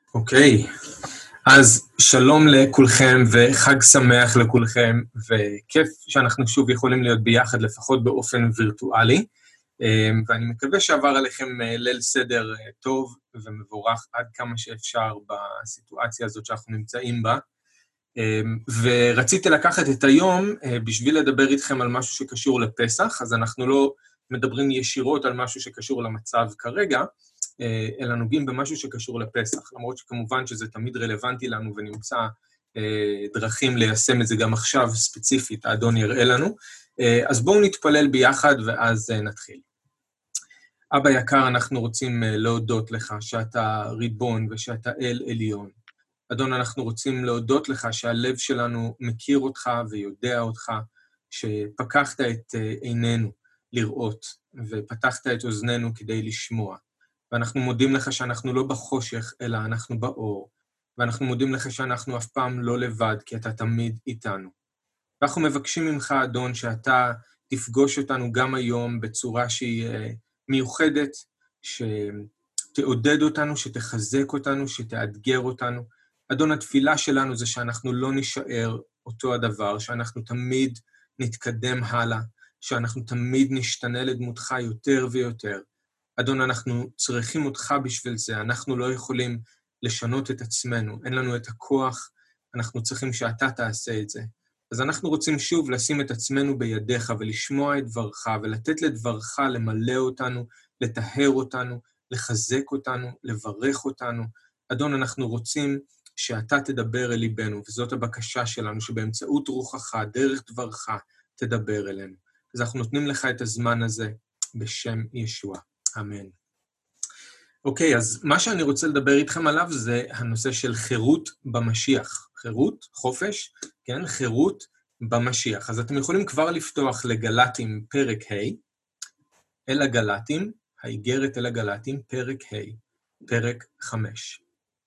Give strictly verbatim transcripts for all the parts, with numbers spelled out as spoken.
אוקיי, אז שלום לכולכם וחג שמח לכולכם, וכיף שאנחנו שוב יכולים להיות ביחד לפחות באופן וירטואלי, ואני מקווה שעבר עליכם ליל סדר טוב ומבורך עד כמה שאפשר בסיטואציה הזאת שאנחנו נמצאים בה, ורציתי לקחת את היום בשביל לדבר איתכם על משהו שקשור לפסח, אז אנחנו לא מדברים ישירות על משהו שקשור למצב כרגע, אלא נוגעים במשהו שקשור לפסח, למרות שכמובן שזה תמיד רלוונטי לנו ונמצא דרכים ליישם את זה גם עכשיו ספציפית, האדון יראה לנו. אז בואו נתפלל ביחד ואז נתחיל. אבא יקר, אנחנו רוצים להודות לך שאתה ריבון ושאתה אל עליון. אדון, אנחנו רוצים להודות לך שהלב שלנו מכיר אותך ויודע אותך, שפקחת את עינינו לראות ופתחת את אוזנינו כדי לשמוע. ואנחנו מודים לך שאנחנו לא בחושך, אלא אנחנו באור. ואנחנו מודים לך שאנחנו אף פעם לא לבד, כי אתה תמיד איתנו. ואנחנו מבקשים ממך, אדון, שאתה תפגוש אותנו גם היום בצורה שהיא מיוחדת, שתעודד אותנו, שתחזק אותנו, שתאתגר אותנו. אדון, התפילה שלנו זה שאנחנו לא נשאר אותו הדבר, שאנחנו תמיד נתקדם הלאה, שאנחנו תמיד נשתנה לדמותך יותר ויותר. אדון, אנחנו צריכים אותך בשביל זה, אנחנו לא יכולים לשנות את עצמנו, אין לנו את הכוח, אנחנו צריכים שאתה תעשה את זה. אז אנחנו רוצים שוב לשים את עצמנו בידיך ולשמוע את דברך, ולתת לדברך למלא אותנו, לטהר אותנו, לחזק אותנו, לברך אותנו. אדון, אנחנו רוצים שאתה תדבר אל ליבנו, וזאת הבקשה שלנו, שבאמצעות רוחך, דרך דברך, תדבר אלינו. אז אנחנו נותנים לך את הזמן הזה בשם ישוע. אמן. אוקיי, אז מה שאני רוצה לדבר איתכם עליו זה הנושא של חירות במשיח. חירות, חופש, כן? חירות במשיח. אז אתם יכולים כבר לפתוח לגלטים פרק ה', אל הגלטים, האיגרת אל הגלטים, פרק ה', פרק חמש.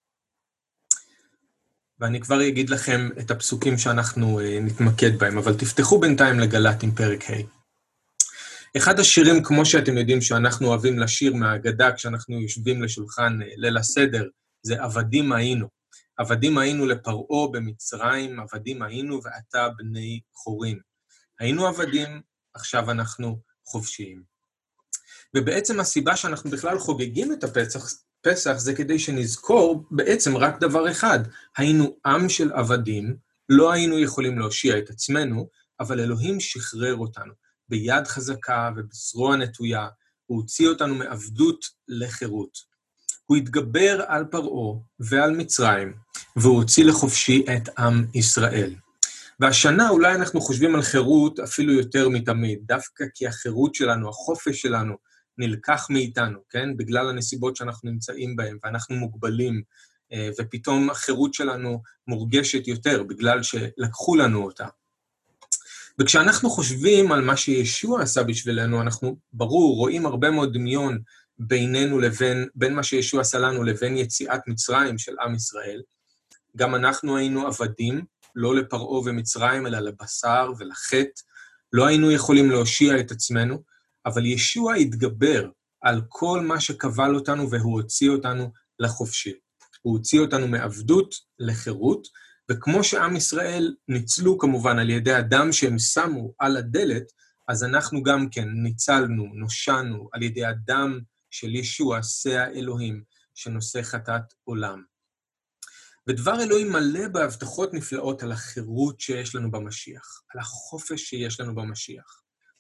ואני כבר אגיד לכם את הפסוקים שאנחנו נתמקד בהם, אבל תפתחו בינתיים לגלטים פרק ה'. אחד השירים, כמו שאתם יודעים שאנחנו אוהבים לשיר מהאגדה כשאנחנו יושבים לשולחן ליל הסדר, זה עבדים היינו. עבדים היינו לפרעה במצרים, עבדים היינו ועתה בני חורין. היינו עבדים, עכשיו אנחנו חופשיים. ובעצם הסיבה שאנחנו בכלל חוגגים את הפסח, פסח זה כדי שנזכור בעצם רק דבר אחד. היינו עם של עבדים, לא היינו יכולים להושיע את עצמנו, אבל אלוהים שחרר אותנו. ביד חזקה ובזרוע נטויה, הוא הוציא אותנו מעבדות לחירות. הוא התגבר על פרעה ועל מצרים, והוא הוציא לחופשי את עם ישראל. והשנה אולי אנחנו חושבים על חירות אפילו יותר מתמיד, דווקא כי החירות שלנו, החופש שלנו, נלקח מאיתנו, כן? בגלל הנסיבות שאנחנו נמצאים בהן, ואנחנו מוגבלים, ופתאום החירות שלנו מורגשת יותר, בגלל שלקחו לנו אותה. וכשאנחנו חושבים על מה שישוע עשה בשבילנו, אנחנו ברור, רואים הרבה מאוד דמיון בינינו לבין, בין מה שישוע עשה לנו לבין יציאת מצרים של עם ישראל. גם אנחנו היינו עבדים, לא לפרעה ומצרים, אלא לבשר ולחטא. לא היינו יכולים להושיע את עצמנו, אבל ישוע התגבר על כל מה שקבל אותנו, והוא הוציא אותנו לחופשי. הוא הוציא אותנו מעבדות לחירות, וכמו שעם ישראל ניצלו כמובן על ידי הדם שהם שמו על הדלת, אז אנחנו גם כן ניצלנו, נושענו על ידי הדם של ישוע, שא אלוהים, שנושא חטאת עולם. ודבר אלוהים מלא בהבטחות נפלאות על החירות שיש לנו במשיח, על החופש שיש לנו במשיח.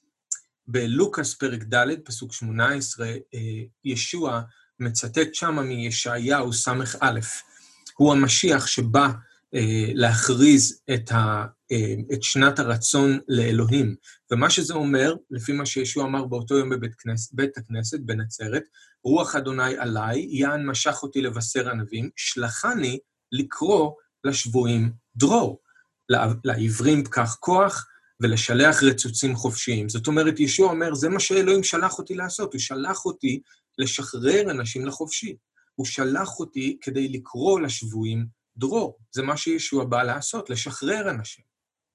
בלוקס פרק ד' פסוק שמונה עשרה, ישוע מצטט שמה מישעיהו סמך א', הוא המשיח שבא להכריז את, ה, את שנת הרצון לאלוהים. ומה שזה אומר, לפי מה שישוע אמר באותו יום בבית כנסת, בית הכנסת בנצרת, רוח אדוני עליי, יען משך אותי לבשר ענבים, שלחני לקרוא לשבויים דרור, לעברים פקח כוח ולשלח רצוצים חופשיים. זאת אומרת, ישוע אומר, זה מה שאלוהים שלח אותי לעשות, הוא שלח אותי לשחרר אנשים לחופשי. הוא שלח אותי כדי לקרוא לשבויים דרור. זה מה שישוע בא לעשות, לשחרר אנשים.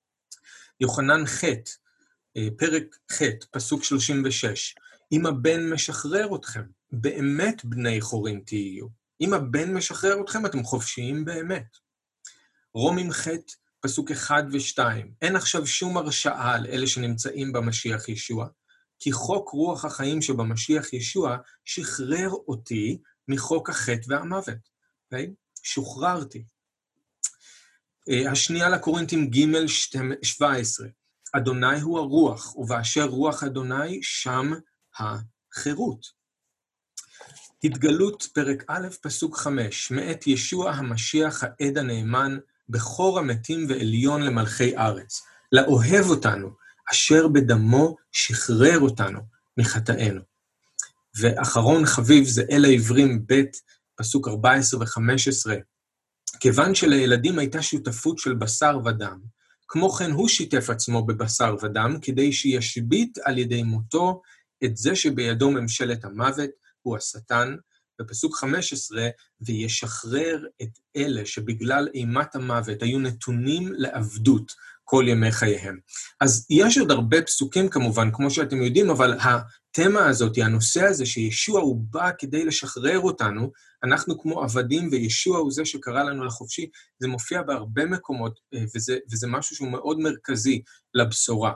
יוחנן ח', פרק ח', פסוק שלושים ושש, אם הבן משחרר אתכם, באמת בני חורים תהיו. אם הבן משחרר אתכם, אתם חופשיים באמת. רומים ח' פסוק אחד ושתיים. אין עכשיו שום הרשעה על אלה שנמצאים במשיח ישוע, כי חוק רוח החיים שבמשיח ישוע שחרר אותי מחוק החטא והמוות. Okay? שוחררתי. השנייה לקורינתים ג' שבע עשרה. אדוני הוא הרוח, ובאשר רוח אדוני שם החירות. התגלות פרק א' פסוק חמש. מאת ישוע המשיח העד הנאמן, בכור המתים ועליון למלכי ארץ, לאוהב אותנו, אשר בדמו שחרר אותנו מחטאינו. ואחרון חביב זה אל העברים ב' פסוק ארבע עשרה ו-חמש עשרה. כיוון שלילדים הייתה שותפות של בשר ודם, כמו כן הוא שיתף עצמו בבשר ודם, כדי שישביט על ידי מותו את זה שבידו ממשלת המוות, הוא השטן, בפסוק חמש עשרה, וישחרר את אלה שבגלל אימת המוות היו נתונים לעבדות כל ימי חייהם. אז יש עוד הרבה פסוקים כמובן, כמו שאתם יודעים, אבל התמה הזאת, הנושא הזה שישוע הוא בא כדי לשחרר אותנו, אנחנו כמו עבדים וישוע הוא זה שקרא לנו לחופשי, זה מופיע בהרבה מקומות, וזה, וזה משהו שהוא מאוד מרכזי לבשורה.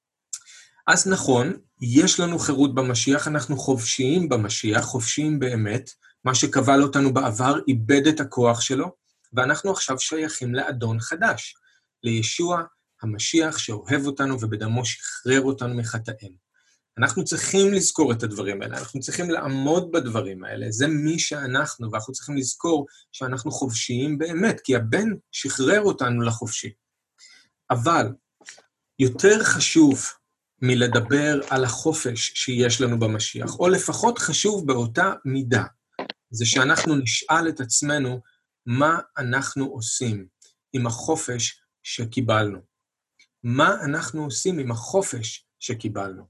אז נכון, יש לנו חירות במשיח, אנחנו חופשיים במשיח, חופשיים באמת, מה שקבל אותנו בעבר איבד את הכוח שלו, ואנחנו עכשיו שייכים לאדון חדש, לישוע המשיח שאוהב אותנו ובדמו שחרר אותנו מחטאינו. אנחנו צריכים לזכור את הדברים האלה, אנחנו צריכים לעמוד בדברים האלה, זה מי שאנחנו, ואנחנו צריכים לזכור שאנחנו חופשיים באמת, כי הבן שחרר אותנו לחופשי. אבל יותר חשוב מלדבר על החופש שיש לנו במשיח, או לפחות חשוב באותה מידה, זה שאנחנו נשאל את עצמנו מה אנחנו עושים עם החופש שקיבלנו. מה אנחנו עושים עם החופש שקיבלנו?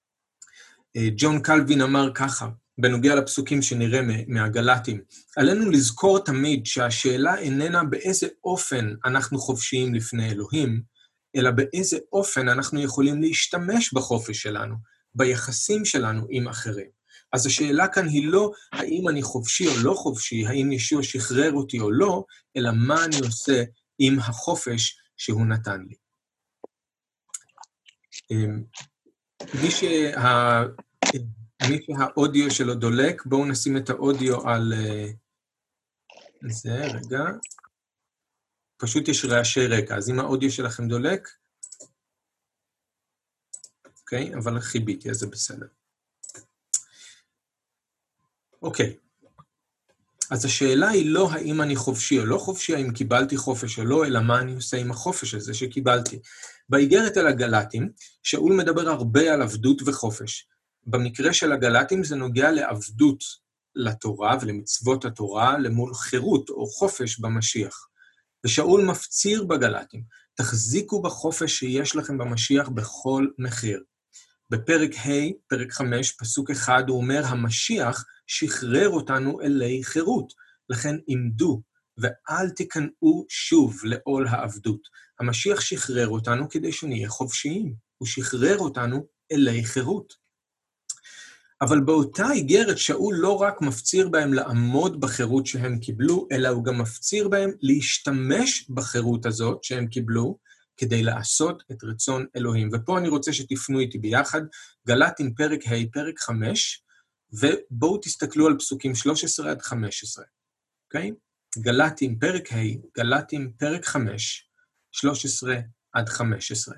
ג'ון קלווין אמר ככה, בנוגע לפסוקים שנראה מהגלטים, עלינו לזכור תמיד שהשאלה איננה באיזה אופן אנחנו חופשיים לפני אלוהים, אלא באיזה אופן אנחנו יכולים להשתמש בחופש שלנו, ביחסים שלנו עם אחרים. אז השאלה כאן היא לא האם אני חופשי או לא חופשי, האם ישוע שחרר אותי או לא, אלא מה אני עושה עם החופש שהוא נתן לי. מי שה... מי שהאודיו שלו דולק, בואו נשים את האודיו על... זה, רגע. פשוט יש רעשי רקע, אז אם האודיו שלכם דולק, אוקיי, אבל חיביתי, אז זה בסדר. אוקיי. אז השאלה היא לא האם אני חופשי או לא חופשי, האם קיבלתי חופש או לא, אלא מה אני עושה עם החופש הזה שקיבלתי. באיגרת אל הגלטים, שאול מדבר הרבה על עבדות וחופש. במקרה של הגלטים זה נוגע לעבדות לתורה ולמצוות התורה, למול חירות או חופש במשיח. ושאול מפציר בגלטים, תחזיקו בחופש שיש לכם במשיח בכל מחיר. בפרק ה', פרק חמש, פסוק אחד, הוא אומר, המשיח שחרר אותנו אלי חירות, לכן עמדו, ואל תיכנעו שוב לעול העבדות. המשיח שחרר אותנו כדי שנהיה חופשיים, הוא שחרר אותנו אלי חירות. אבל באותה איגרת שאול לא רק מפציר בהם לעמוד בחירות שהם קיבלו, אלא הוא גם מפציר בהם להשתמש בחירות הזאת שהם קיבלו, כדי לעשות את רצון אלוהים. ופה אני רוצה שתפנו איתי ביחד, גלטים פרק ה', פרק חמש, ובואו תסתכלו על פסוקים שלוש עשרה עד חמש עשרה. אוקיי? גלטים פרק ה', גלטים פרק חמש, שלוש עשרה עד חמש עשרה.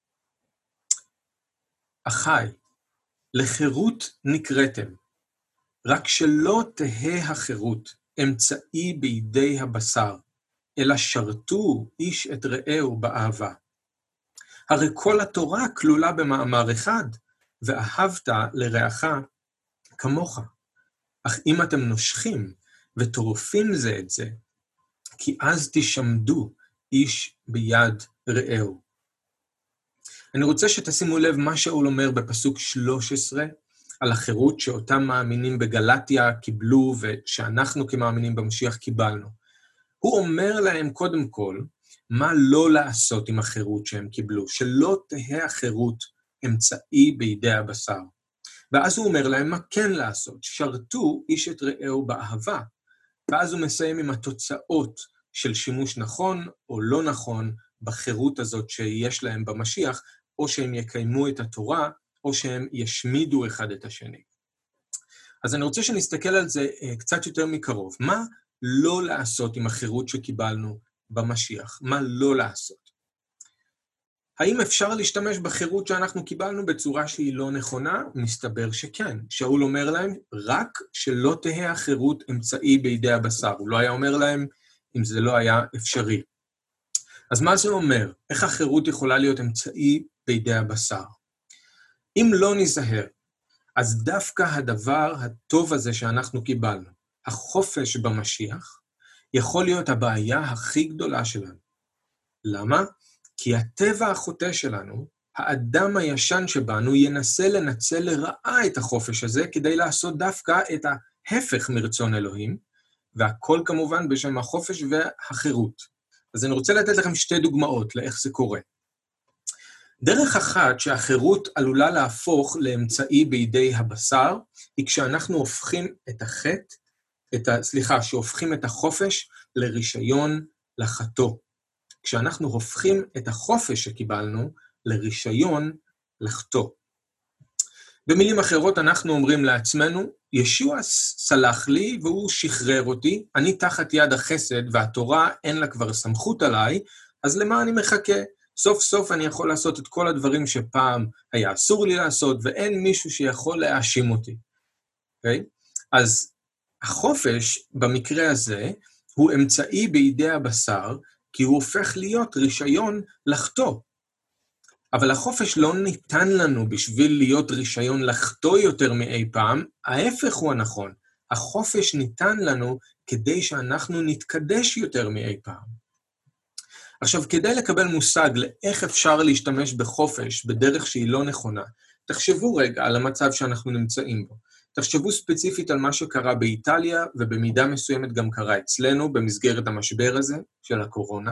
אחי, לחירות נקראתם, רק שלא תהא החירות אמצעי בידי הבשר, אלא שרתו איש את רעהו באהבה. הרי כל התורה כלולה במאמר אחד, ואהבת לרעך כמוך. אך אם אתם נושכים וטורפים זה את זה, כי אז תשמדו איש ביד רעהו. אני רוצה שתשימו לב מה שאול אומר בפסוק שלוש עשרה, על החירות שאותם מאמינים בגלטיה קיבלו, ושאנחנו כמאמינים במשיח קיבלנו. הוא אומר להם קודם כל, מה לא לעשות עם החירות שהם קיבלו, שלא תהא החירות אמצעי בידי הבשר. ואז הוא אומר להם מה כן לעשות, שרתו איש את רעהו באהבה. ואז הוא מסיים עם התוצאות של שימוש נכון או לא נכון בחירות הזאת שיש להם במשיח, או שהם יקיימו את התורה, או שהם ישמידו אחד את השני. אז אני רוצה שנסתכל על זה קצת יותר מקרוב. מה לא לעשות עם החירות שקיבלנו במשיח? מה לא לעשות? האם אפשר להשתמש בחירות שאנחנו קיבלנו בצורה שהיא לא נכונה? מסתבר שכן. שאול אומר להם, רק שלא תהיה החירות אמצעי בידי הבשר. הוא לא היה אומר להם אם זה לא היה אפשרי. אז מה זה אומר? איך החירות יכולה להיות אמצעי בידי הבשר? אם לא נזהר, אז דווקא הדבר הטוב הזה שאנחנו קיבלנו, החופש במשיח, יכול להיות הבעיה הכי גדולה שלנו. למה? כי הטבע החוטא שלנו, האדם הישן שבנו, ינסה לנצל לרעה את החופש הזה, כדי לעשות דווקא את ההפך מרצון אלוהים, והכל כמובן בשם החופש והחירות. אז אני רוצה לתת לכם שתי דוגמאות לאיך זה קורה. דרך אחת שהחירות עלולה להפוך לאמצעי בידי הבשר, היא כשאנחנו הופכים את החטא, את ה, סליחה, שהופכים את החופש לרישיון לחטוא. כשאנחנו הופכים את החופש שקיבלנו לרישיון לחטוא. במילים אחרות אנחנו אומרים לעצמנו, ישוע סלח לי והוא שחרר אותי, אני תחת יד החסד והתורה אין לה כבר סמכות עליי, אז למה אני מחכה? סוף סוף אני יכול לעשות את כל הדברים שפעם היה אסור לי לעשות, ואין מישהו שיכול להאשים אותי. Okay? אז החופש במקרה הזה הוא אמצעי בידי הבשר, כי הוא הופך להיות רישיון לחטוא. אבל החופש לא ניתן לנו בשביל להיות רישיון לחטוא יותר מאי פעם, ההפך הוא הנכון. החופש ניתן לנו כדי שאנחנו נתקדש יותר מאי פעם. עכשיו, כדי לקבל מושג לאיך אפשר להשתמש בחופש בדרך שהיא לא נכונה, תחשבו רגע על המצב שאנחנו נמצאים בו. תחשבו ספציפית על מה שקרה באיטליה, ובמידה מסוימת גם קרה אצלנו במסגרת המשבר הזה של הקורונה.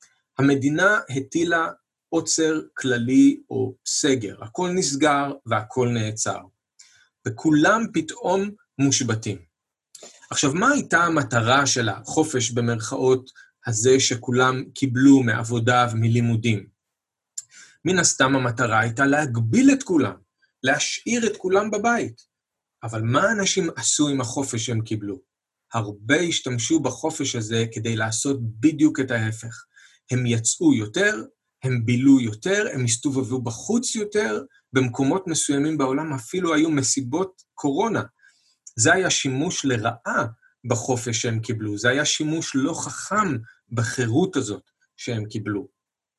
המדינה הטילה עוצר כללי או סגר. הכל נסגר והכל נעצר. וכולם פתאום מושבתים. עכשיו, מה הייתה המטרה של החופש במרכאות הזה שכולם קיבלו מעבודה ומלימודים? מן הסתם המטרה הייתה להגביל את כולם, להשאיר את כולם בבית. אבל מה אנשים עשו עם החופש שהם קיבלו? הרבה השתמשו בחופש הזה כדי לעשות בדיוק את ההפך. הם יצאו יותר, הם בילו יותר, הם הסתובבו בחוץ יותר, במקומות מסוימים בעולם אפילו היו מסיבות קורונה. זה היה שימוש לרעה בחופש שהם קיבלו, זה היה שימוש לא חכם בחירות הזאת שהם קיבלו.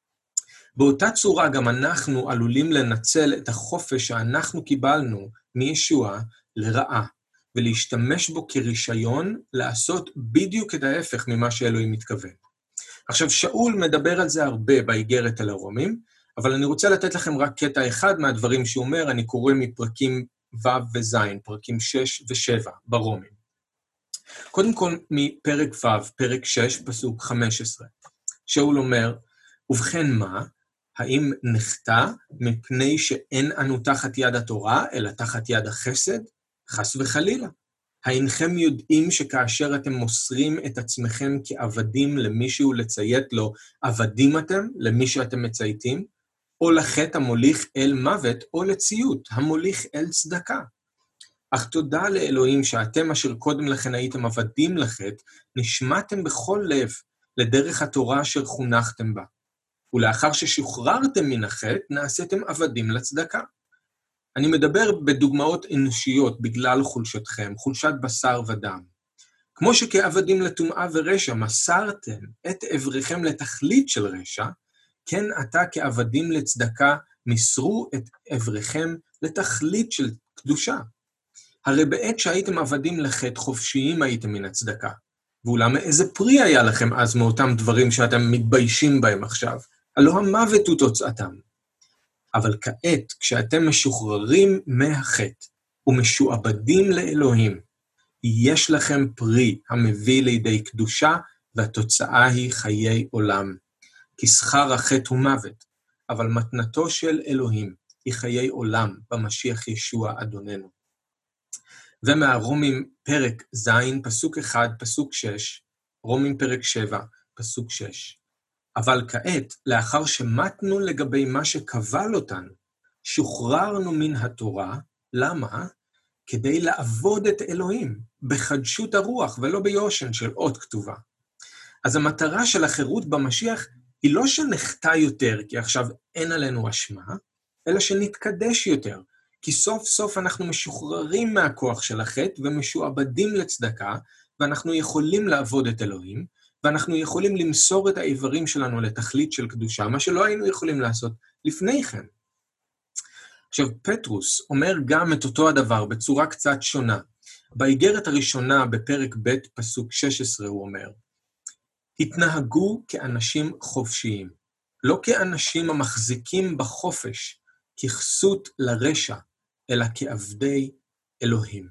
באותה צורה גם אנחנו עלולים לנצל את החופש שאנחנו קיבלנו מישוע לרעה, ולהשתמש בו כרישיון לעשות בדיוק את ההפך ממה שאלוהים מתכוון. עכשיו, שאול מדבר על זה הרבה באיגרת על הרומים, אבל אני רוצה לתת לכם רק קטע אחד מהדברים שהוא אומר, אני קורא מפרקים ו' וז', פרקים שש ושבע ברומים. קודם כל מפרק ו', פרק שש, פסוק חמש עשרה. שאול אומר, ובכן מה? האם נחטא מפני שאין אנו תחת יד התורה, אלא תחת יד החסד? חס וחלילה. האינכם יודעים שכאשר אתם מוסרים את עצמכם כעבדים למישהו לציית לו, עבדים אתם למי שאתם מצייתים? או לחטא המוליך אל מוות, או לציות, המוליך אל צדקה. אך תודה לאלוהים שאתם אשר קודם לכן הייתם עבדים לחטא, נשמעתם בכל לב לדרך התורה אשר חונכתם בה. ולאחר ששוחררתם מן החטא, נעשיתם עבדים לצדקה. אני מדבר בדוגמאות אנושיות בגלל חולשתכם, חולשת בשר ודם. כמו שכעבדים לטומאה ורשע מסרתם את עבריכם לתכלית של רשע, כן עתה כעבדים לצדקה מסרו את עבריכם לתכלית של קדושה. הרי בעת שהייתם עבדים לחטא חופשיים הייתם מן הצדקה. ואולם איזה פרי היה לכם אז מאותם דברים שאתם מתביישים בהם עכשיו? הלא המוות הוא תוצאתם. אבל כעת, כשאתם משוחררים מהחטא ומשועבדים לאלוהים, יש לכם פרי המביא לידי קדושה, והתוצאה היא חיי עולם. כי שכר החטא הוא מוות, אבל מתנתו של אלוהים היא חיי עולם במשיח ישוע אדוננו. ומהרומים פרק ז', פסוק אחד, פסוק שש, רומים פרק שבע, פסוק שש. אבל כעת, לאחר שמתנו לגבי מה שקבל אותנו, שוחררנו מן התורה, למה? כדי לעבוד את אלוהים, בחדשות הרוח ולא ביושן של עוד כתובה. אז המטרה של החירות במשיח היא לא שנחטא יותר, כי עכשיו אין עלינו אשמה, אלא שנתקדש יותר, כי סוף סוף אנחנו משוחררים מהכוח של החטא ומשועבדים לצדקה, ואנחנו יכולים לעבוד את אלוהים, ואנחנו יכולים למסור את האיברים שלנו לתכלית של קדושה, מה שלא היינו יכולים לעשות לפני כן. עכשיו, פטרוס אומר גם את אותו הדבר בצורה קצת שונה. באיגרת הראשונה, בפרק ב' פסוק שש עשרה, הוא אומר, התנהגו כאנשים חופשיים, לא כאנשים המחזיקים בחופש, ככסות לרשע, אלא כעבדי אלוהים.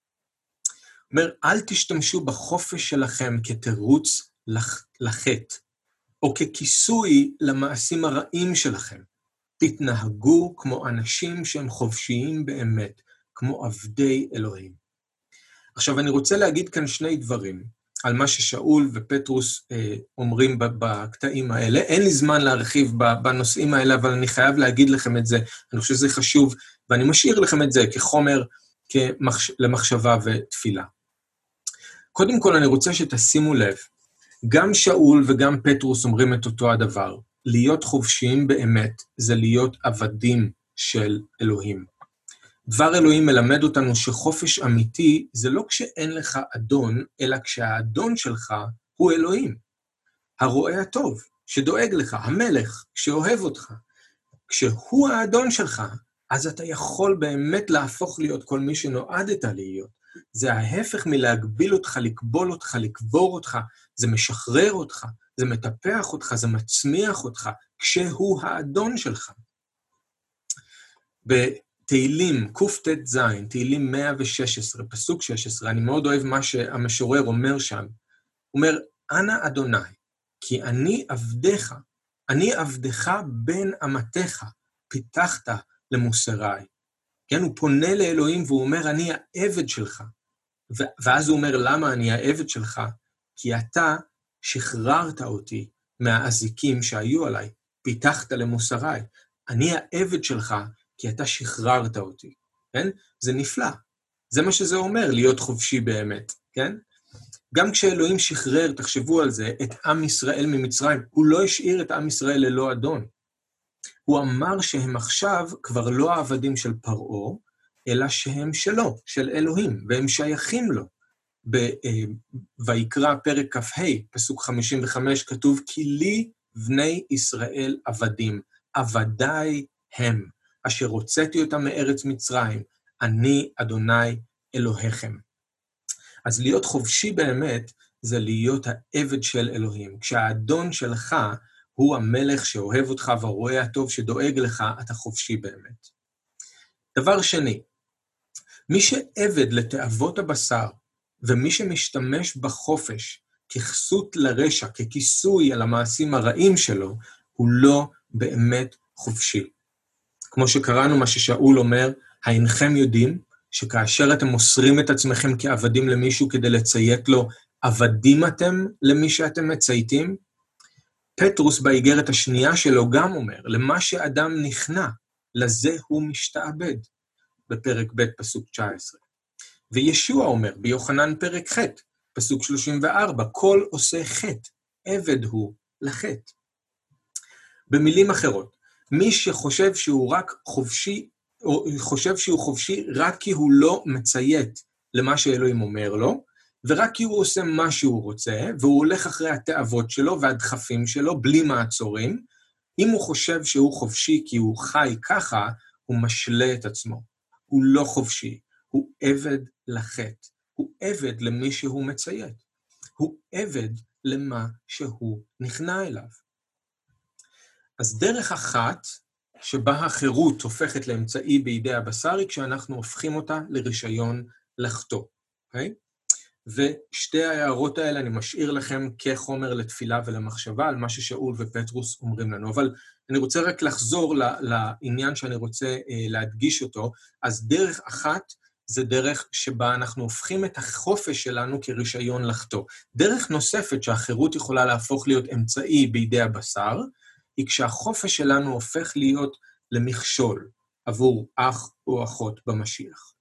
הוא אומר, אל תשתמשו בחופש שלכם כתירוץ לח... לחטא, או ככיסוי למעשים הרעים שלכם. תתנהגו כמו אנשים שהם חופשיים באמת, כמו עבדי אלוהים. עכשיו, אני רוצה להגיד כאן שני דברים, על מה ששאול ופטרוס אה, אומרים בקטעים האלה. אין לי זמן להרחיב בנושאים האלה, אבל אני חייב להגיד לכם את זה. אני חושב שזה חשוב, ואני משאיר לכם את זה כחומר כמחש... למחשבה ותפילה. קודם כל, אני רוצה שתשימו לב, גם שאול וגם פטרוס אומרים את אותו הדבר. להיות חופשיים באמת זה להיות עבדים של אלוהים. דבר אלוהים מלמד אותנו שחופש אמיתי זה לא כשאין לך אדון, אלא כשהאדון שלך הוא אלוהים. הרועה הטוב, שדואג לך, המלך, שאוהב אותך. כשהוא האדון שלך, אז אתה יכול באמת להפוך להיות כל מי שנועדת להיות. זה ההפך מלהגביל אותך, לקבול אותך, לקבור אותך, זה משחרר אותך, זה מטפח אותך, זה מצמיח אותך, כשהוא האדון שלך. בתהילים, קט"ז, תהילים מאה ושש עשרה, פסוק שש עשרה, אני מאוד אוהב מה שהמשורר אומר שם, הוא אומר, אנא אדוני, כי אני עבדך, אני עבדך בין אמתך, פיתחת למוסריי. כן, הוא פונה לאלוהים והוא אומר, אני העבד שלך. ואז הוא אומר, למה אני העבד שלך? כי אתה שחררת אותי מהאזיקים שהיו עליי, פיתחת למוסריי. אני העבד שלך, כי אתה שחררת אותי. כן? זה נפלא. זה מה שזה אומר, להיות חופשי באמת. כן? גם כשאלוהים שחרר, תחשבו על זה, את עם ישראל ממצרים, הוא לא השאיר את עם ישראל ללא אדון. הוא אמר שהם עכשיו כבר לא העבדים של פרעה, אלא שהם שלו, של אלוהים, והם שייכים לו. ויקרא פרק כ"ה, פסוק חמישים וחמש, כתוב, כי לי בני ישראל עבדים, עבדיי הם, אשר הוצאתי אותם מארץ מצרים, אני אדוני אלוהיכם. אז להיות חופשי באמת, זה להיות העבד של אלוהים. כשהאדון שלך הוא המלך שאוהב אותך והרואה הטוב שדואג לך, אתה חופשי באמת. דבר שני, מי שעבד לתאוות הבשר, ומי שמשתמש בחופש ככסות לרשע, ככיסוי על המעשים הרעים שלו, הוא לא באמת חופשי. כמו שקראנו מה ששאול אומר, האינכם יודעים שכאשר אתם מוסרים את עצמכם כעבדים למישהו כדי לציית לו, עבדים אתם למי שאתם מצייתים? פטרוס באיגרת השנייה שלו גם אומר, למה שאדם נכנע, לזה הוא משתעבד, בפרק ב' פסוק תשע עשרה. וישוע אומר, ביוחנן פרק ח', פסוק שלושים וארבע, כל עושה חטא, עבד הוא לחטא. במילים אחרות, מי שחושב שהוא רק חופשי, או חושב שהוא חופשי רק כי הוא לא מציית למה שאלוהים אומר לו, ורק כי הוא עושה מה שהוא רוצה, והוא הולך אחרי התאוות שלו והדחפים שלו, בלי מעצורים, אם הוא חושב שהוא חופשי כי הוא חי ככה, הוא משלה את עצמו. הוא לא חופשי, הוא עבד לחטא, הוא עבד למי שהוא מציית, הוא עבד למה שהוא נכנע אליו. אז דרך אחת שבה החירות הופכת לאמצעי בידי הבשר, היא כשאנחנו הופכים אותה לרישיון לחטוא. Okay? ושתי ההערות האלה אני משאיר לכם כחומר לתפילה ולמחשבה על מה ששאול ופטרוס אומרים לנו. אבל אני רוצה רק לחזור לעניין שאני רוצה להדגיש אותו. אז דרך אחת זה דרך שבה אנחנו הופכים את החופש שלנו כרישיון לחטוא. דרך נוספת שהחירות יכולה להפוך להיות אמצעי בידי הבשר, היא כשהחופש שלנו הופך להיות למכשול עבור אח או אחות במשיח.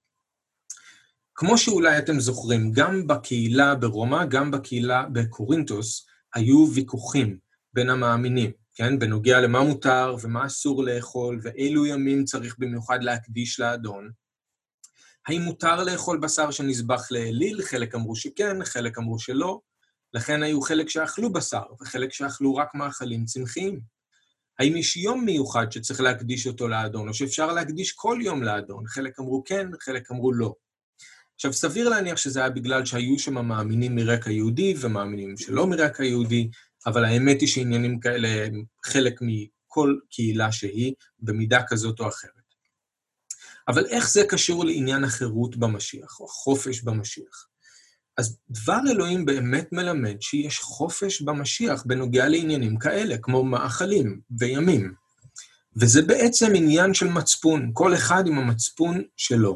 כמו שאולי אתם זוכרים, גם בקהילה ברומא, גם בקהילה בקורינתוס, היו ויכוחים בין המאמינים, כן? בנוגע למה מותר ומה אסור לאכול, ואילו ימים צריך במיוחד להקדיש לאדון. האם מותר לאכול בשר שנזבח לאליל? חלק אמרו שכן, חלק אמרו שלא. לכן היו חלק שאכלו בשר, וחלק שאכלו רק מאכלים צמחיים. האם יש יום מיוחד שצריך להקדיש אותו לאדון, או שאפשר להקדיש כל יום לאדון? חלק אמרו כן, חלק אמרו לא. עכשיו, סביר להניח שזה היה בגלל שהיו שם מאמינים מרקע יהודי, ומאמינים שלא מרקע יהודי, אבל האמת היא שעניינים כאלה הם חלק מכל קהילה שהיא, במידה כזאת או אחרת. אבל איך זה קשור לעניין החירות במשיח, או החופש במשיח? אז דבר אלוהים באמת מלמד שיש חופש במשיח בנוגע לעניינים כאלה, כמו מאכלים וימים. וזה בעצם עניין של מצפון, כל אחד עם המצפון שלו.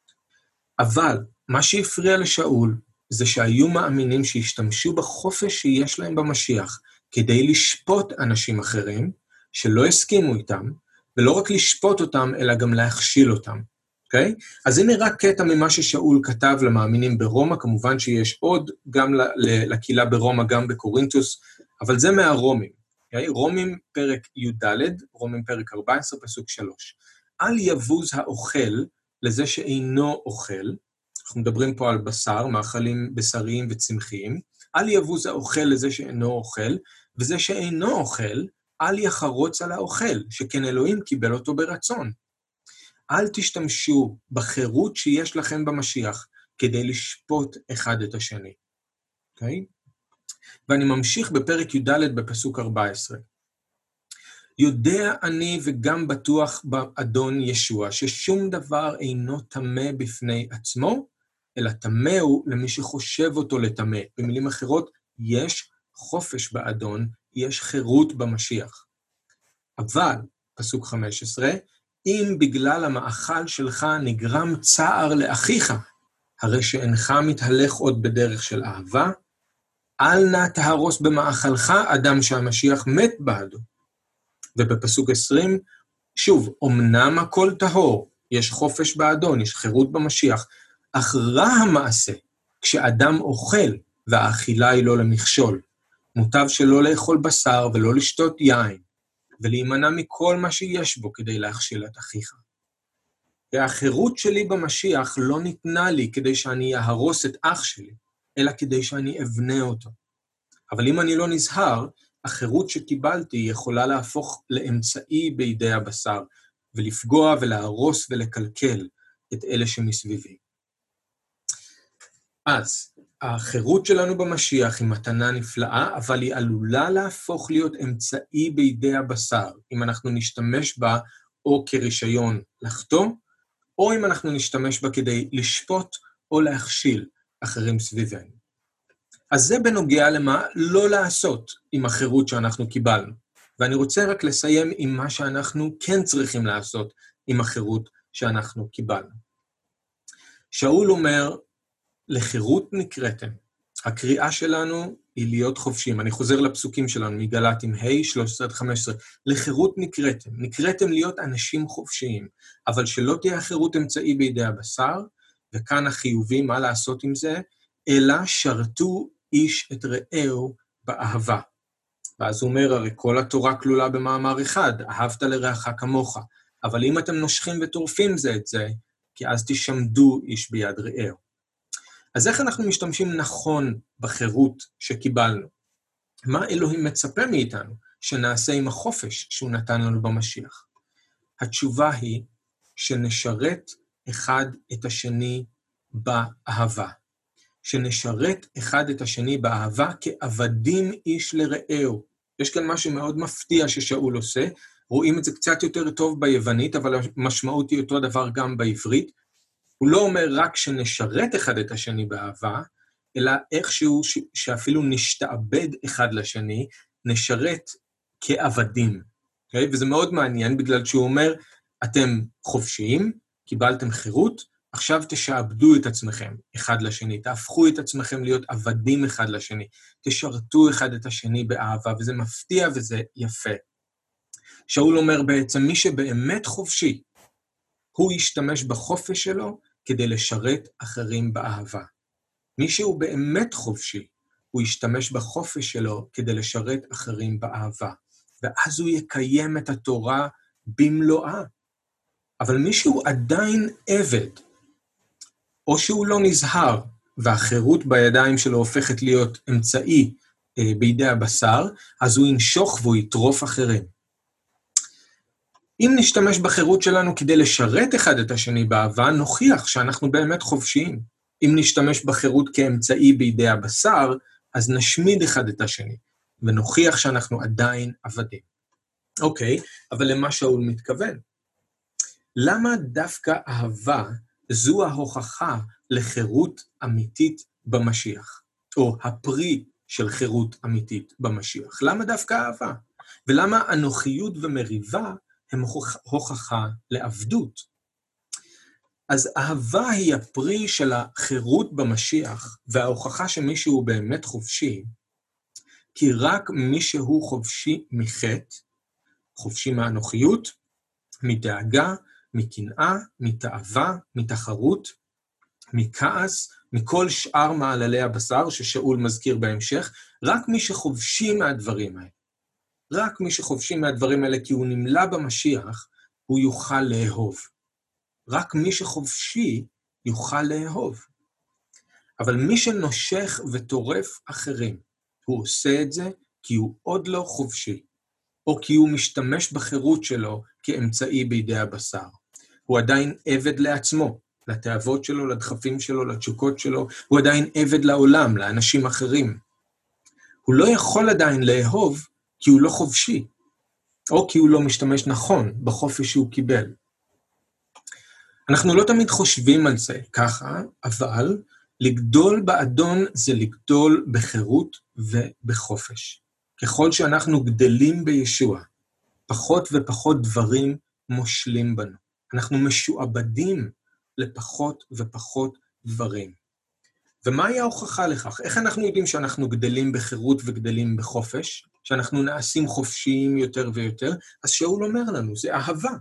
אבל מה שהפריע לשאול זה שהיו מאמינים שהשתמשו בחופש שיש להם במשיח כדי לשפוט אנשים אחרים שלא הסכימו איתם, ולא רק לשפוט אותם, אלא גם להכשיל אותם. אוקיי? אז הנה רק קטע ממה ששאול כתב למאמינים ברומא, כמובן שיש עוד גם לקהילה ברומא, גם בקורינתוס, אבל זה מהרומים. אוקיי? רומים פרק י"ד, רומים פרק ארבע עשרה, פסוק שלוש. אל יבוז האוכל לזה שאינו אוכל, אנחנו מדברים פה על בשר, מאכלים בשריים וצמחיים, אל יבוז האוכל לזה שאינו אוכל, וזה שאינו אוכל, אל יחרוץ על האוכל, שכן אלוהים קיבל אותו ברצון. אל תשתמשו בחירות שיש לכם במשיח, כדי לשפוט אחד את השני. אוקיי? ואני ממשיך בפרק י"ד בפסוק ארבע עשרה. יודע אני וגם בטוח באדון ישוע, ששום דבר אינו תמה בפני עצמו, אלא תמה הוא למי שחושב אותו לתמה. במילים אחרות, יש חופש באדון, יש חירות במשיח. אבל, פסוק חמש עשרה, אם בגלל המאכל שלך נגרם צער לאחיך, הרי שאינך מתהלך עוד בדרך של אהבה, אל נא תהרוס במאכלך אדם שהמשיח מת בעדו. ובפסוק עשרים, שוב, אמנם הכל טהור, יש חופש באדון, יש חירות במשיח, אך רע המעשה, כשאדם אוכל והאכילה היא לא למכשול, מוטב שלא לאכול בשר ולא לשתות יין, ולהימנע מכל מה שיש בו כדי להכשיל את אחיך. והחירות שלי במשיח לא ניתנה לי כדי שאני אהרוס את אח שלי, אלא כדי שאני אבנה אותו. אבל אם אני לא נזהר, החירות שקיבלתי יכולה להפוך לאמצעי בידי הבשר, ולפגוע ולהרוס ולקלקל את אלה שמסביבי. אז, החירות שלנו במשיח היא מתנה נפלאה, אבל היא עלולה להפוך להיות אמצעי בידי הבשר, אם אנחנו נשתמש בה או כרישיון לחטוא, או אם אנחנו נשתמש בה כדי לשפוט או להכשיל אחרים סביבנו. אז זה בנוגע למה לא לעשות עם החירות שאנחנו קיבלנו. ואני רוצה רק לסיים עם מה שאנחנו כן צריכים לעשות עם החירות שאנחנו קיבלנו. שאול אומר, לחירות נקראתם. הקריאה שלנו היא להיות חופשיים. אני חוזר לפסוקים שלנו מגלתים ה' שלוש עשרה עד חמש עשרה. לחירות נקראתם. נקראתם להיות אנשים חופשיים, אבל שלא תהיה החירות אמצעי בידי הבשר, וכאן החיובי, מה לעשות עם זה? אלא שרתו איש את רעהו באהבה. ואז הוא אומר, הרי כל התורה כלולה במאמר אחד, אהבת לרעך כמוך. אבל אם אתם נושכים וטורפים זה את זה, כי אז תשמדו איש ביד רעהו. אז איך אנחנו משתמשים נכון בחירות שקיבלנו? מה אלוהים מצפה מאיתנו שנעשה עם החופש שהוא נתן לנו במשיח? התשובה היא שנשרת אחד את השני באהבה. שנשרת אחד את השני באהבה כעבדים איש לרעהו. יש כאן משהו מאוד מפתיע ששאול עושה, רואים את זה קצת יותר טוב ביוונית, אבל המשמעות היא אותו דבר גם בעברית. הוא לא אומר רק שנשרת אחד את השני באהבה, אלא איכשהו ש... שאפילו נשתעבד אחד לשני, נשרת כעבדים. Okay? וזה מאוד מעניין, בגלל שהוא אומר, אתם חופשיים, קיבלתם חירות, עכשיו תשעבדו את עצמכם אחד לשני, תהפכו את עצמכם להיות עבדים אחד לשני, תשרתו אחד את השני באהבה, וזה מפתיע וזה יפה. שאול אומר בעצם, מי שבאמת חופשי, הוא ישתמש בחופש שלו כדי לשרת אחרים באהבה. מי שהוא באמת חופשי, הוא ישתמש בחופש שלו כדי לשרת אחרים באהבה. ואז הוא יקיים את התורה במלואה. אבל מי שהוא עדיין עבד, או שהוא לא נזהר, והחירות בידיים שלו הופכת להיות אמצעי אה, בידי הבשר, אז הוא ינשוך והוא יטרוף אחרים. אם נשתמש בחירות שלנו כדי לשרת אחד את השני באהבה, נוכיח שאנחנו באמת חופשיים. אם נשתמש בחירות כאמצעי בידי הבשר, אז נשמיד אחד את השני, ונוכיח שאנחנו עדיין עבדים. אוקיי, אבל למה שאול מתכוון? למה דווקא אהבה זו ההוכחה לחירות אמיתית במשיח, או הפרי של חירות אמיתית במשיח? למה דווקא אהבה? ולמה אנוכיות ומריבה הם הוכחה לעבדות? אז אהבה היא הפרי של החירות במשיח, וההוכחה שמישהו באמת חופשי, כי רק מישהו חופשי מחטא, חופשי מהאנוכיות, מדאגה, מקנאה, מתאווה, מתחרות, מכעס, מכל שאר מעללי הבשר ששאול מזכיר בהמשך, רק מי שחופשי מהדברים האלה. רק מי שחופשי מהדברים האלה, כי הוא נמלא במשיח, הוא יוכל לאהוב. רק מי שחופשי יוכל לאהוב. אבל מי שנושך וטורף אחרים, הוא עושה את זה כי הוא עוד לא חופשי, או כי הוא משתמש בחירות שלו כאמצעי בידי הבשר. הוא עדיין עבד לעצמו, לתאוות שלו, לדחפים שלו, לתשוקות שלו, הוא עדיין עבד לעולם, לאנשים אחרים. הוא לא יכול עדיין לאהוב כי הוא לא חופשי, או כי הוא לא משתמש נכון בחופש שהוא קיבל. אנחנו לא תמיד חושבים על זה ככה, אבל לגדול באדון זה לגדול בחירות ובחופש. ככל שאנחנו גדלים בישוע, פחות ופחות דברים מושלים בנו. אנחנו משועבדים לפחות ופחות דברים. ומהי ההוכחה לכך? איך אנחנו יודעים שאנחנו גדלים בחירות וגדלים בחופש? שאנחנו נעשים חופשיים יותר ויותר? אז שאול אומר לנו, זה אהבה.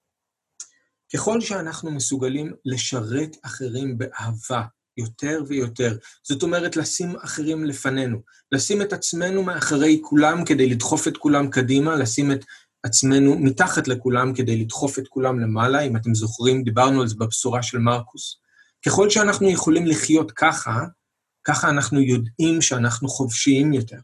ככל שאנחנו מסוגלים לשרת אחרים באהבה יותר ויותר, זאת אומרת לשים אחרים לפנינו, לשים את עצמנו מאחורי כולם כדי לדחוף את כולם קדימה, לשים את עצמנו מתחת לכולם כדי לדחוף את כולם למעלה, אם אתם זוכרים, דיברנו על זה בבשורה של מרקוס. ככל שאנחנו יכולים לחיות ככה, ככה אנחנו יודעים שאנחנו חופשיים יותר.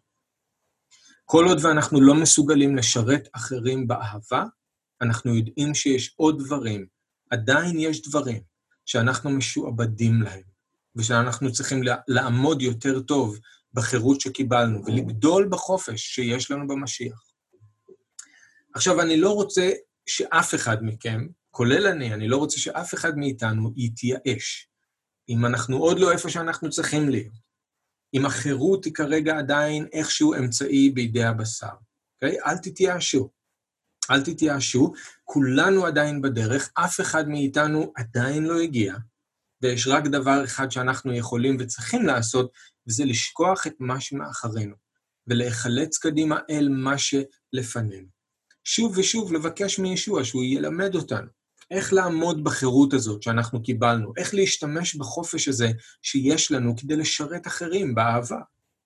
כל עוד ואנחנו לא מסוגלים לשרת אחרים באהבה, אנחנו יודעים שיש עוד דברים, עדיין יש דברים שאנחנו משועבדים להם, ושאנחנו צריכים לעמוד יותר טוב בחירות שקיבלנו, ולגדול בחופש שיש לנו במשיח. עכשיו, אני לא רוצה שאף אחד מכם, כולל אני, אני לא רוצה שאף אחד מאיתנו יתייאש, אם אנחנו עוד לא איפה שאנחנו צריכים להיות, אם החירות היא כרגע עדיין איכשהו אמצעי בידי הבשר, אוקיי? אל תתייאשו. אל תתייאשו, כולנו עדיין בדרך, אף אחד מאיתנו עדיין לא הגיע, ויש רק דבר אחד שאנחנו יכולים וצריכים לעשות, וזה לשכוח את מה שמאחרינו, ולהיחלץ קדימה אל מה שלפנינו. שוב ושוב לבקש מישוע שהוא ילמד אותנו, איך לעמוד בחירות הזאת שאנחנו קיבלנו, איך להשתמש בחופש הזה שיש לנו כדי לשרת אחרים באהבה.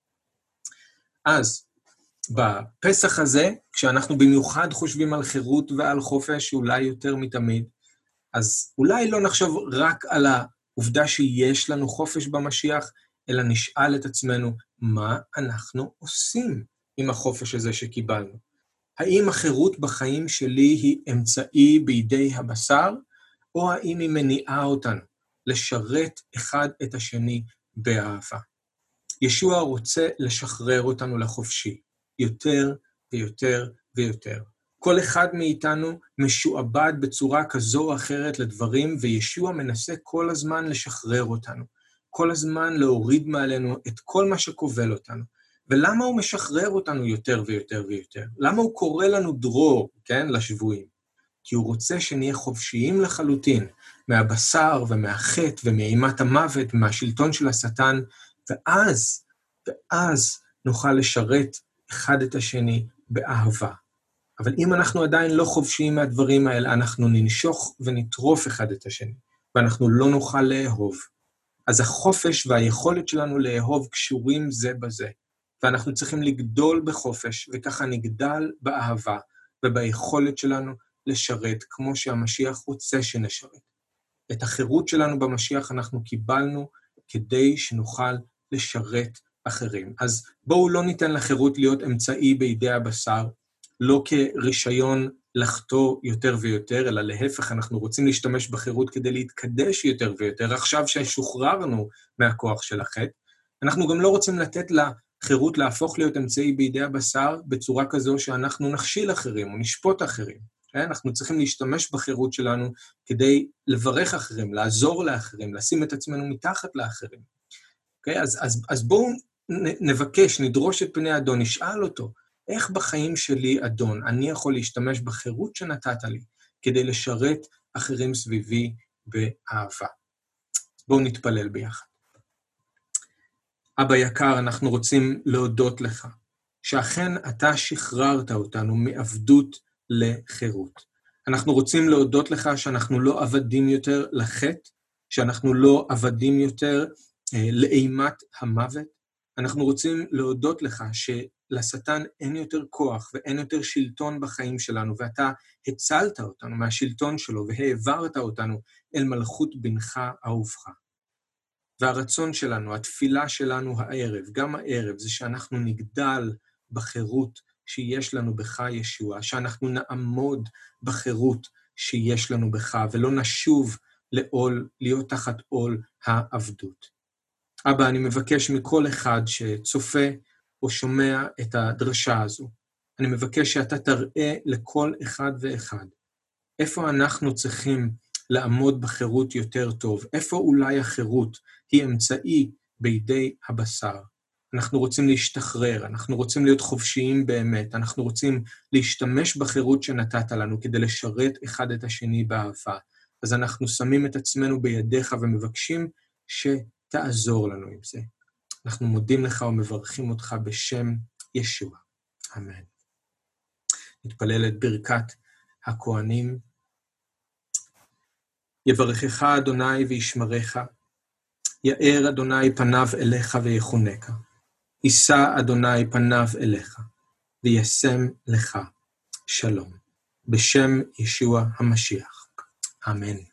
אז, בפסח הזה, כשאנחנו במיוחד חושבים על חירות ועל חופש, אולי יותר מתמיד, אז אולי לא נחשוב רק על העובדה שיש לנו חופש במשיח, אלא נשאל את עצמנו, מה אנחנו עושים עם החופש הזה שקיבלנו? האם החירות בחיים שלי היא אמצעי בידי הבשר, או האם היא מניעה אותנו לשרת אחד את השני באהבה? ישוע רוצה לשחרר אותנו לחופשי, יותר ויותר ויותר. כל אחד מאיתנו משועבד בצורה כזו או אחרת לדברים, וישוע מנסה כל הזמן לשחרר אותנו, כל הזמן להוריד מעלינו את כל מה שכובל אותנו. ולמה הוא משחרר אותנו יותר ויותר ויותר? למה הוא קורא לנו דרור, כן, לשבויים? כי הוא רוצה שנהיה חופשיים לחלוטין מהבשר ומהחטא ומאימת המוות, מהשלטון של השטן, ואז, ואז נוכל לשרת אחד את השני באהבה. אבל אם אנחנו עדיין לא חופשיים מהדברים האלה, אנחנו ננשוך ונטרוף אחד את השני, ואנחנו לא נוכל לאהוב. אז החופש והיכולת שלנו לאהוב קשורים זה בזה, ואנחנו צריכים לגדול בחופש, וככה נגדל באהבה, וביכולת שלנו לשרת, כמו שהמשיח רוצה שנשרת. את החירות שלנו במשיח אנחנו קיבלנו, כדי שנוכל לשרת אחרים. אז בואו לא ניתן לחירות להיות אמצעי בידי הבשר, לא כרישיון לחטוא יותר ויותר, אלא להפך, אנחנו רוצים להשתמש בחירות כדי להתקדש יותר ויותר. עכשיו ששוחררנו מהכוח של החטא, אנחנו גם לא רוצים לתת לחירות להפוך להיות אמצעי בידי הבשר, בצורה כזו שאנחנו נכשיל אחרים או נשפוט אחרים. אנחנו צריכים להשתמש בחירות שלנו כדי לברך אחרים, לעזור לאחרים, לשים את עצמנו מתחת לאחרים. אז, אז, אז בואו נבקש, נדרוש את פני אדון, נשאל אותו, איך בחיים שלי, אדון, אני יכול להשתמש בחירות שנתת לי, כדי לשרת אחרים סביבי באהבה. בואו נתפלל ביחד. אבא יקר, אנחנו רוצים להודות לך, שאכן אתה שחררת אותנו מעבדות לחירות. אנחנו רוצים להודות לך שאנחנו לא עבדים יותר לחטא, שאנחנו לא עבדים יותר אה, לאימת המוות. אנחנו רוצים להודות לך ש... לשטן אין יותר כוח ואין יותר שלטון בחיים שלנו, ואתה הצלת אותנו מהשלטון שלו והעברת אותנו אל מלכות בנך אהובך. והרצון שלנו, התפילה שלנו הערב, גם הערב, זה שאנחנו נגדל בחירות שיש לנו בך ישוע, שאנחנו נעמוד בחירות שיש לנו בך, ולא נשוב לעול, להיות תחת עול העבדות. אבא, אני מבקש מכל אחד שצופה או שומע את הדרשה הזו. אני מבקש שאתה תראה לכל אחד ואחד, איפה אנחנו צריכים לעמוד בחירות יותר טוב, איפה אולי החירות היא אמצעי בידי הבשר. אנחנו רוצים להשתחרר, אנחנו רוצים להיות חופשיים באמת, אנחנו רוצים להשתמש בחירות שנתת לנו כדי לשרת אחד את השני באהבה. אז אנחנו שמים את עצמנו בידיך ומבקשים שתעזור לנו עם זה. אנחנו מודים לך ומברכים אותך בשם ישוע. אמן. נתפלל את ברכת הכהנים. יברכך אדוני וישמרך, יאר אדוני פניו אליך ויחונקה, יישא אדוני פניו אליך, וישם לך שלום. בשם ישוע המשיח. אמן.